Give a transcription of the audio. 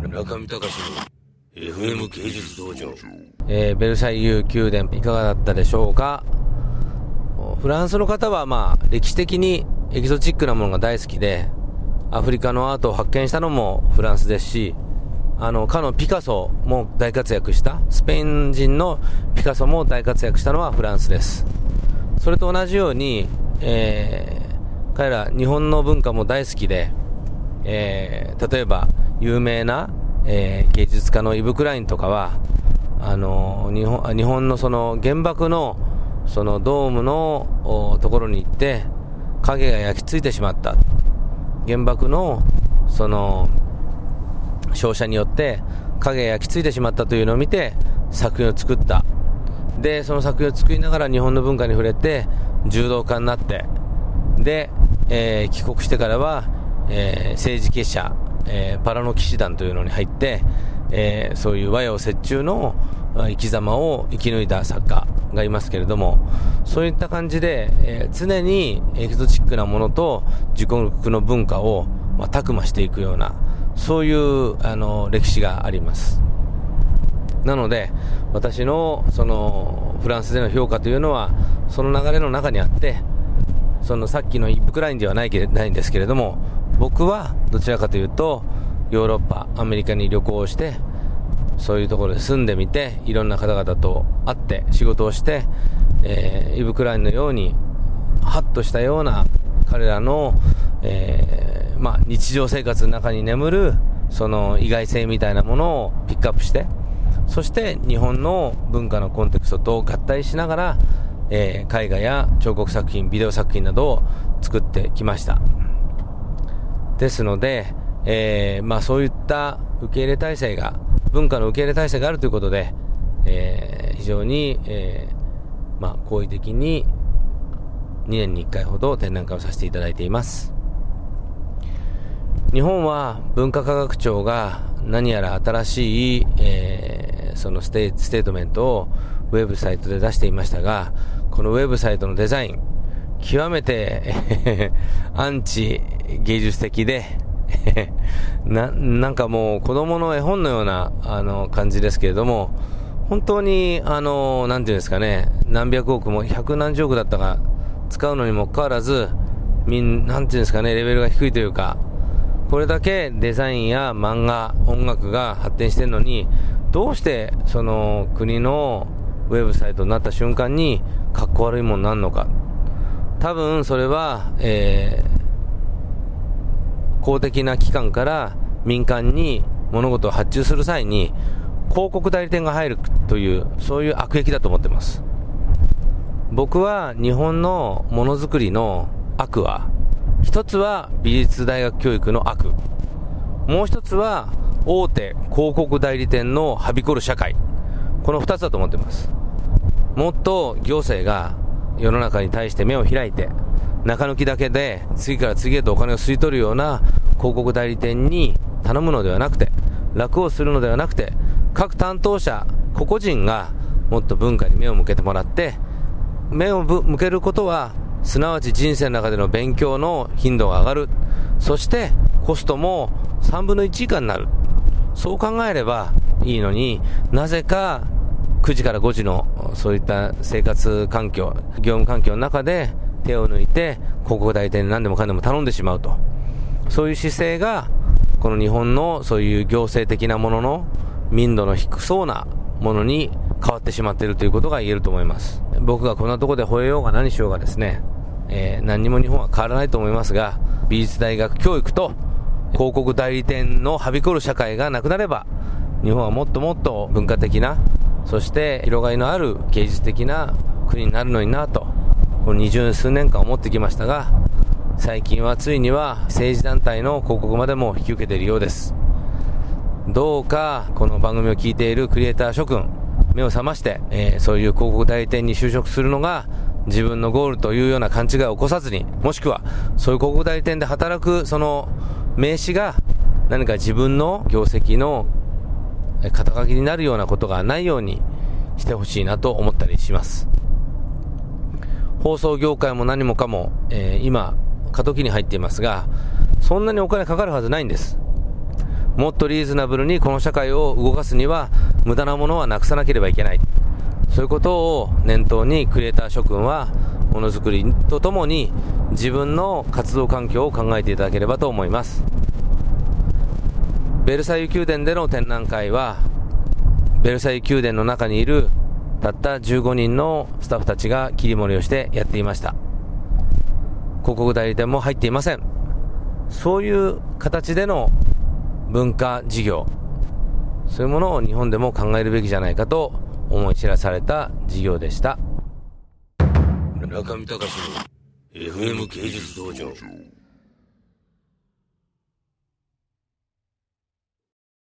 中見隆の FM 芸術道場。 ベルサイユ宮殿いかがだったでしょうか。フランスの方は歴史的にエキゾチックなものが大好きで、アフリカのアートを発見したのもフランスですし、かのピカソも大活躍した、スペイン人のピカソも大活躍したのはフランスです。それと同じように、彼ら日本の文化も大好きで、例えば有名な、芸術家のイヴ・クラインとかは日本のその原爆のそのドームのところに行って影が焼き付いてしまった、原爆のその照射によって影が焼き付いてしまったというのを見て作品を作った。でその作品を作りながら日本の文化に触れて柔道家になって、で、帰国してからは、政治結社、パラノ騎士団というのに入って、そういう和洋折衷の生き様を生き抜いた作家がいますけれども、そういった感じで、常にエキゾチックなものと自国の文化を、たくましていくような、そういう歴史があります。なので私のそのフランスでの評価というのはその流れの中にあって、そのさっきのイップクラインではないんですけれども、僕はどちらかというとヨーロッパ、アメリカに旅行して、そういうところで住んでみて、いろんな方々と会って仕事をして、イヴ・クラインのようにハッとしたような彼らの、日常生活の中に眠るその意外性みたいなものをピックアップして、そして日本の文化のコンテクストと合体しながら、絵画や彫刻作品、ビデオ作品などを作ってきました。ですので、そういった受け入れ体制が、文化の受け入れ体制があるということで、非常に、好意的に2年に1回ほど展覧会をさせていただいています。日本は文化科学庁が何やら新しい、そのステートメントをウェブサイトで出していましたが、このウェブサイトのデザイン極めてアンチ芸術的でなんかもう子供の絵本のような感じですけれども、本当になんていうんですかね、何百億も百何十億だったか使うのにもかかわらず、なんていうんですかね、レベルが低いというか、これだけデザインや漫画、音楽が発展してるのに、どうしてその国のウェブサイトになった瞬間にかっこ悪いものになるのか。多分それは、公的な機関から民間に物事を発注する際に広告代理店が入るという、そういう悪役だと思ってます。僕は日本のものづくりの悪は、一つは美術大学教育の悪、もう一つは大手広告代理店のはびこる社会、この二つだと思っています。もっと行政が世の中に対して目を開いて、中抜きだけで次から次へとお金を吸い取るような広告代理店に頼むのではなくて、楽をするのではなくて、各担当者個々人がもっと文化に目を向けてもらって、目を向けることはすなわち人生の中での勉強の頻度が上がる、そしてコストも3分の1以下になる、そう考えればいいのに、なぜか9時から5時のそういった生活環境、業務環境の中で手を抜いて広告代理店に何でもかんでも頼んでしまうと、そういう姿勢がこの日本のそういう行政的なものの民度の低そうなものに変わってしまっているということが言えると思います。僕がこんなところで吠えようが何しようがですね、何にも日本は変わらないと思いますが、美術大学教育と広告代理店のはびこる社会がなくなれば、日本はもっともっと文化的な、そして広がりのある芸術的な国になるのになと、この20数年間思ってきましたが、最近はついには政治団体の広告までも引き受けているようです。どうかこの番組を聞いているクリエイター諸君、目を覚まして、そういう広告代理店に就職するのが自分のゴールというような勘違いを起こさずに、もしくはそういう広告代理店で働くその名刺が何か自分の業績の肩書きになるようなことがないようにしてほしいなと思ったりします。放送業界も何もかも、今過渡期に入っていますが、そんなにお金かかるはずないんです。 もっとリーズナブルにこの社会を動かすには無駄なものはなくさなければいけない。そういうことを念頭にクリエイター諸君はものづくりとともに自分の活動環境を考えていただければと思います。ベルサイユ宮殿での展覧会はベルサイユ宮殿の中にいるたった15人のスタッフたちが切り盛りをしてやっていました。広告代理店も入っていません。そういう形での文化事業、そういうものを日本でも考えるべきじゃないかと思い知らされた事業でした。 中見隆の FM 芸術道場。